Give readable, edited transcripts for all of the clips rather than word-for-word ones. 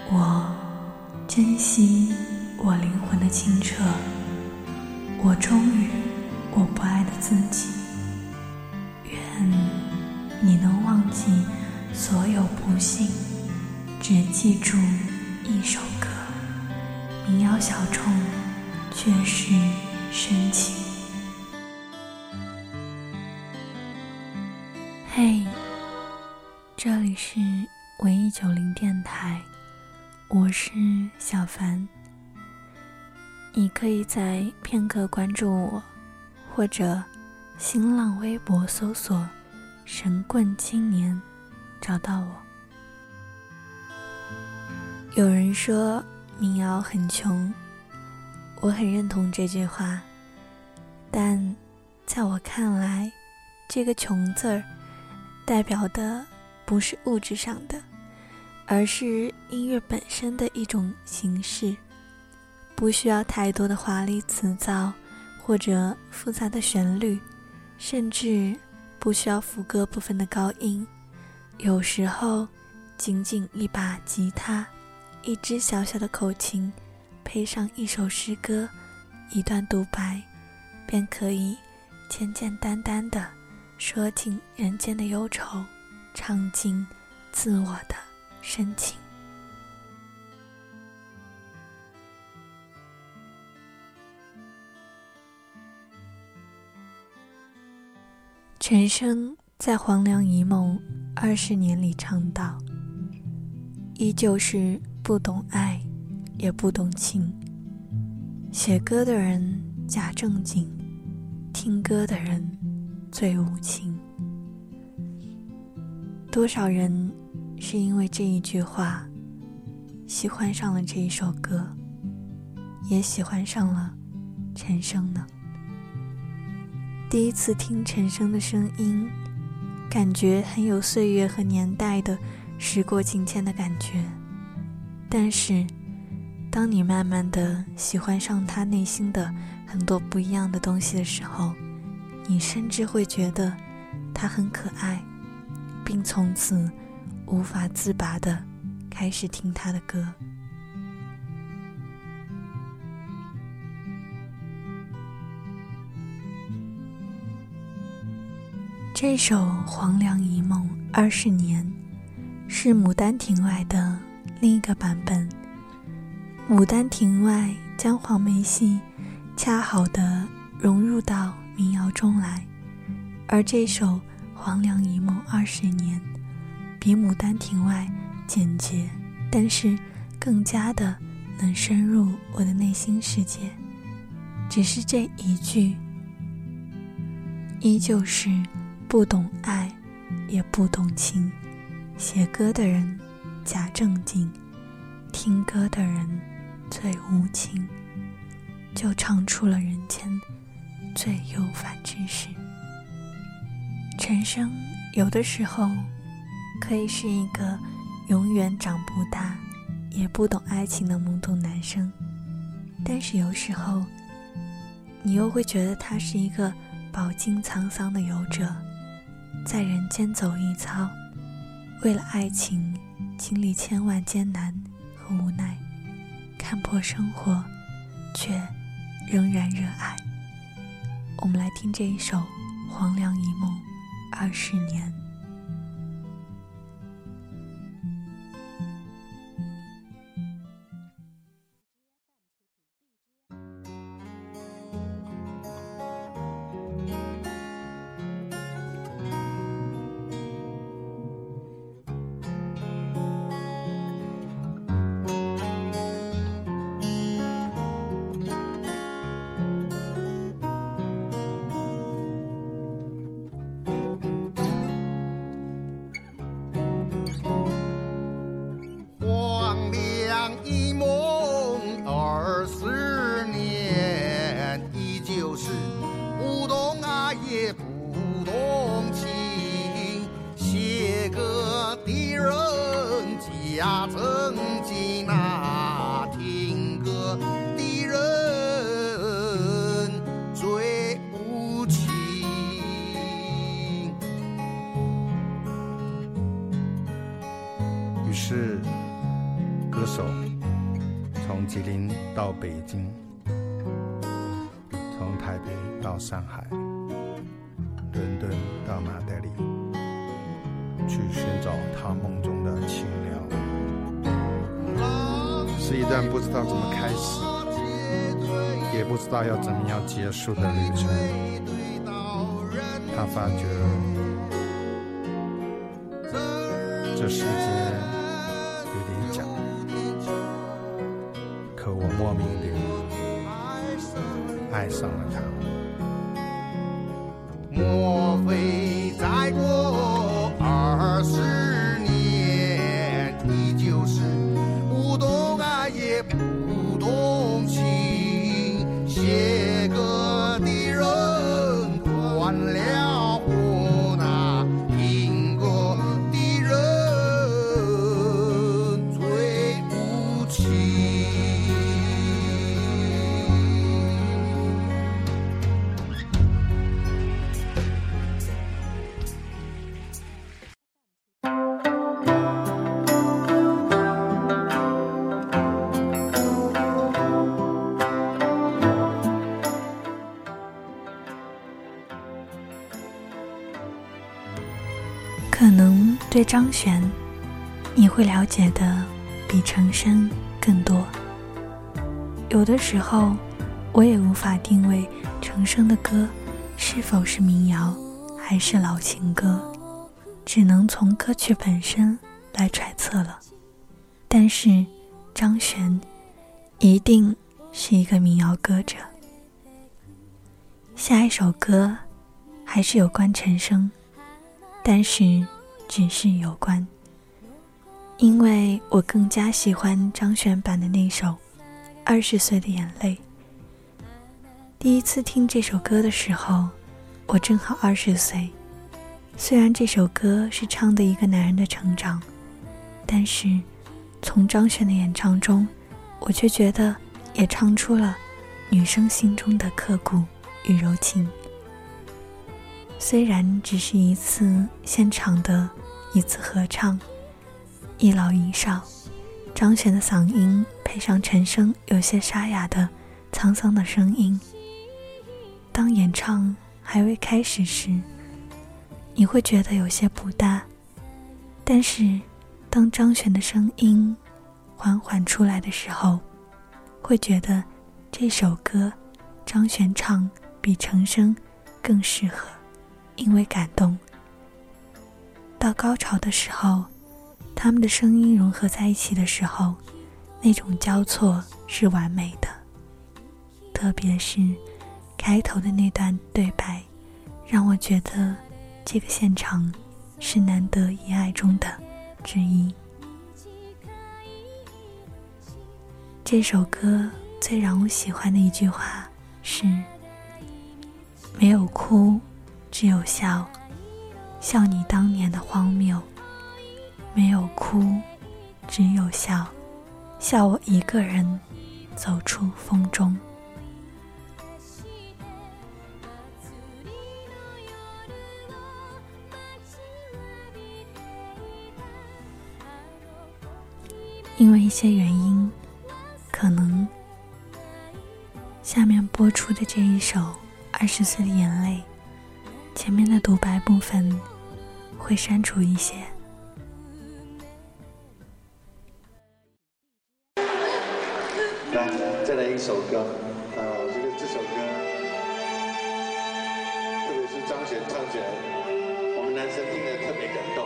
我珍惜我灵魂的清澈，我忠于我不爱的自己。愿你能忘记所有不幸，只记住一首歌，民谣小众，却是深情。嘿，这里是文艺90电台，我是小凡。你可以在片刻关注我，或者新浪微博搜索神棍青年找到我。有人说民谣很穷，我很认同这句话，但在我看来，这个穷字儿代表的不是物质上的，而是音乐本身的一种形式，不需要太多的华丽词藻或者复杂的旋律，甚至不需要副歌部分的高音，有时候仅仅一把吉他，一支小小的口琴，配上一首诗歌，一段独白，便可以简简单单地说尽人间的忧愁，唱尽自我的深情。陈升在《黄粱一梦20年》里唱道，依旧是不懂爱也不懂情，写歌的人假正经，听歌的人最无情。多少人是因为这一句话喜欢上了这一首歌，也喜欢上了陈升呢？第一次听陈升的声音，感觉很有岁月和年代的时过境迁的感觉，但是当你慢慢的喜欢上他内心的很多不一样的东西的时候，你甚至会觉得他很可爱，并从此无法自拔地开始听他的歌。这首《黄粱一梦20年》是《牡丹亭外》的另一个版本。《牡丹亭外》将黄梅戏恰好地融入到民谣中来，而这首《黄粱一梦20年》比《牡丹亭外》简洁，但是更加的能深入我的内心世界。只是这一句，依旧是不懂爱也不懂情，写歌的人假正经，听歌的人最无情，就唱出了人间最忧烦之事。陈升有的时候可以是一个永远长不大也不懂爱情的懵懂男生，但是有时候你又会觉得他是一个饱经沧桑的游者，在人间走一遭，为了爱情经历千万艰难和无奈，看破生活却仍然热爱。我们来听这一首《黄粱一梦20年》。 一梦20年，依旧是不懂爱也不懂情，写歌的人假正经，那听歌的人最无情。于是歌歌手，从吉林到北京，从台北到上海，伦敦到马德里，去寻找他梦中的清凉。是一段不知道怎么开始，也不知道要怎么样结束的旅程。他发觉这世界有点假，可我莫名的爱上了他。莫非再过20年，你就是不懂爱也不懂情，写歌的人断了火，那听歌的人最无情。 可能对张悬，你会了解的比陈升更多。有的时候，我也无法定位陈升的歌是否是民谣，还是老情歌，只能从歌曲本身来揣测了。但是张悬一定是一个民谣歌者。下一首歌还是有关陈升，但是只是有关，因为我更加喜欢张悬版的那首20岁的眼泪。第一次听这首歌的时候，我正好20岁。虽然这首歌是唱的一个男人的成长，但是从张悬的演唱中，我却觉得也唱出了女生心中的刻骨与柔情。虽然只是一次现场的一次合唱，一老一少，张悬的嗓音配上陈升有些沙哑的沧桑的声音，当演唱还未开始时，你会觉得有些不搭，但是当张悬的声音缓缓出来的时候，会觉得这首歌张悬唱比陈升更适合，因为感动。到高潮的时候，他们的声音融合在一起的时候，那种交错是完美的。特别是开头的那段对白，让我觉得这个现场是难得一爱中的之一。这首歌最让我喜欢的一句话是：没有哭，只有笑，笑你当年的荒谬。没有哭，只有笑，笑我一个人走出风中。因为一些原因，可能下面播出的这一首20岁的眼泪，前面的独白部分会删除一些。 来，再来一首歌我觉得这首歌，特别是张悬唱起来，我们男生听得特别感动。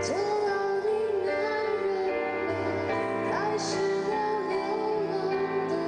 这老的男人们开始了流浪的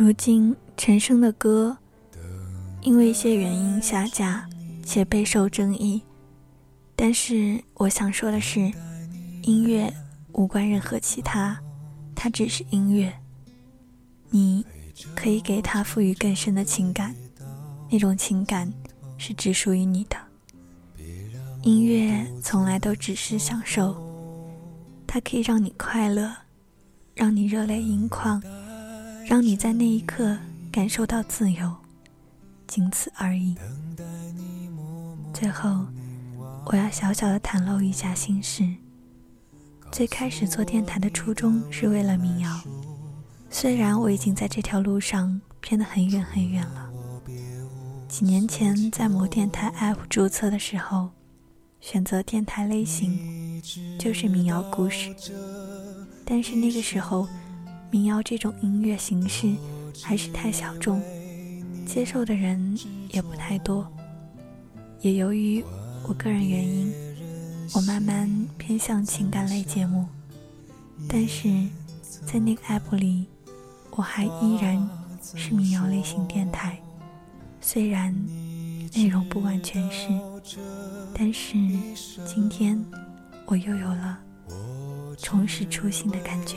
如今陈升的歌因为一些原因下架且备受争议，但是我想说的是，音乐无关任何其他，它只是音乐，你可以给它赋予更深的情感，那种情感是只属于你的。音乐从来都只是享受，它可以让你快乐，让你热泪盈眶，让你在那一刻感受到自由，仅此而已。最后我要小小的袒露一下心事。最开始做电台的初衷是为了民谣，虽然我已经在这条路上偏得很远很远了。几年前在某电台 app 注册的时候，选择电台类型就是民谣故事，但是那个时候民谣这种音乐形式还是太小众，接受的人也不太多。也由于我个人原因，我慢慢偏向情感类节目，但是在那个 app 里我还依然是民谣类型电台，虽然内容不完全是，但是今天我又有了重拾初心的感觉。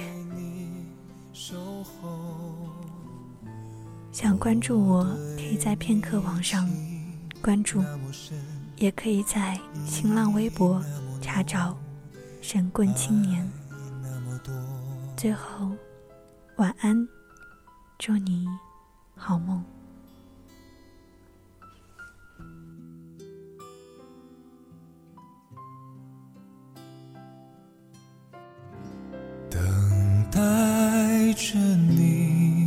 想关注我可以在片刻网上关注，也可以在新浪微博查找神棍青年。最后晚安，祝你好梦。 等待着你，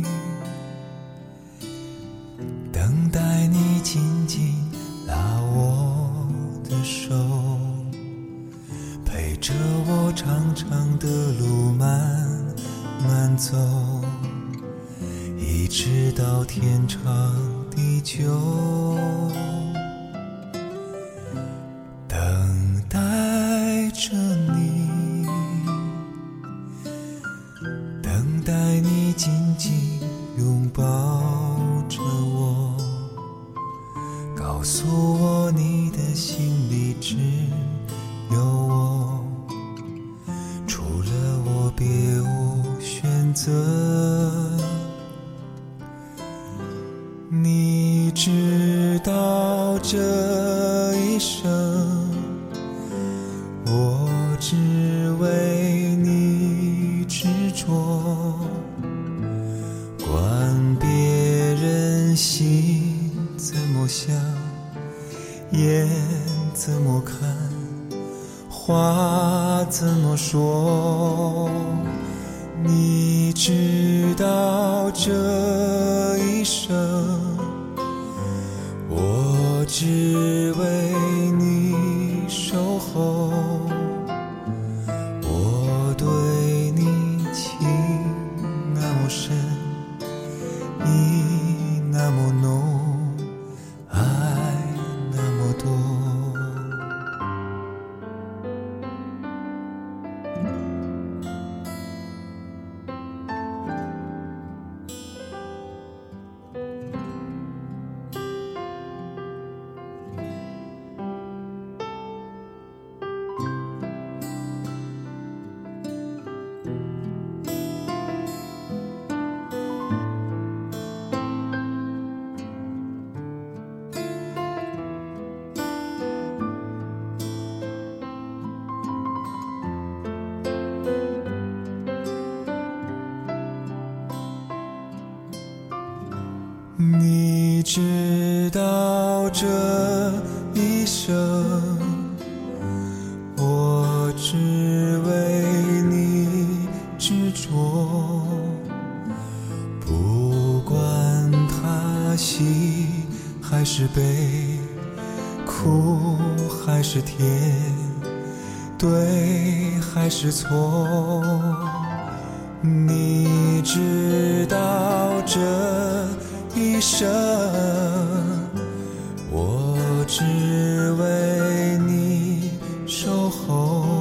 等待你紧紧拉我的手，陪着我长长的路慢慢走，一直到天长地久。等待着你，等待你紧紧拥抱着我，告诉我你的心里只有我，除了我别无选择。你知道这一生我只为你执着，管别人心怎么想，眼怎么看，话怎么说。你知道这一生我只为你守候，我对你情那么深，你那么浓，爱那么多。你知道这一生我只为你执着，不管他喜还是悲，苦还是甜，对还是错。你知道这一生我只为你守候，